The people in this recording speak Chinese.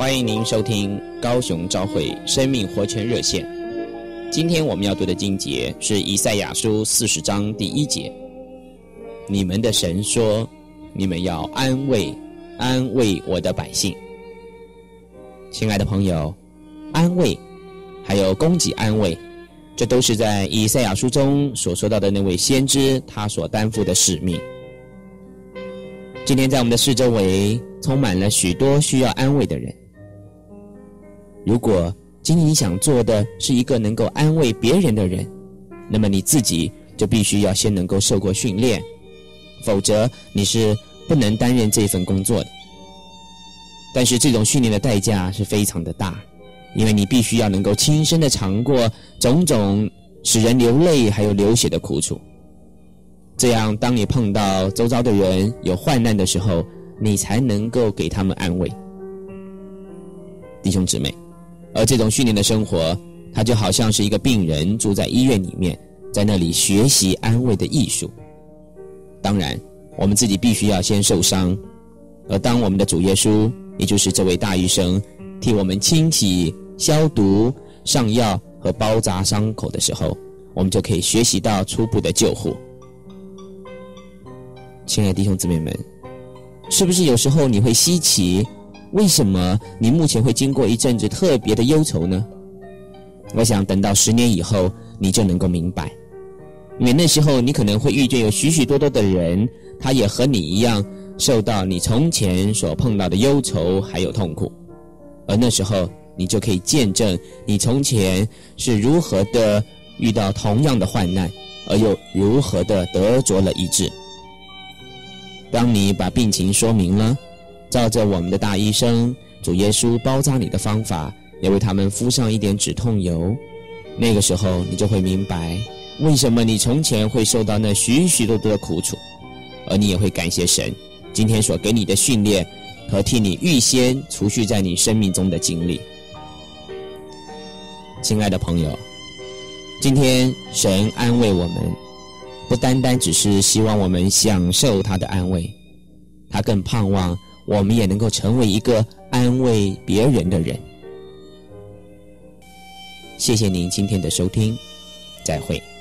欢迎您收听高雄召会生命活泉热线。今天我们要读的经节是以赛亚书40章第1节。你们的神说，你们要安慰我的百姓。亲爱的朋友，安慰还有供给安慰，这都是在以赛亚书中所说到的那位先知他所担负的使命。今天在我们的四周围充满了许多需要安慰的人。如果今天你想做的是一个能够安慰别人的人，那么你自己就必须要先能够受过训练，否则你是不能担任这份工作的。但是这种训练的代价是非常的大，因为你必须要能够亲身的尝过种种使人流泪还有流血的苦楚，这样当你碰到周遭的人有患难的时候，你才能够给他们安慰。弟兄姊妹，而这种训练的生活，它就好像是一个病人住在医院里面，在那里学习安慰的艺术。当然我们自己必须要先受伤，而当我们的主耶稣，也就是这位大医生，替我们清洗、消毒、上药和包扎伤口的时候，我们就可以学习到初步的救护。亲爱的弟兄姊妹们，是不是有时候你会稀奇，为什么你目前会经过一阵子特别的忧愁呢？我想等到10年以后，你就能够明白，因为那时候你可能会遇见有许许多多的人，他也和你一样受到你从前所碰到的忧愁还有痛苦，而那时候你就可以见证你从前是如何的遇到同样的患难，而又如何的得着了医治。当你把病情说明了，照着我们的大医生主耶稣包扎你的方法，也为他们敷上一点止痛油，那个时候你就会明白为什么你从前会受到那许许多多的苦楚，而你也会感谢神今天所给你的训练和替你预先储蓄在你生命中的经历。亲爱的朋友，今天神安慰我们，不单单只是希望我们享受他的安慰，他更盼望我们也能够成为一个安慰别人的人。谢谢您今天的收听，再会。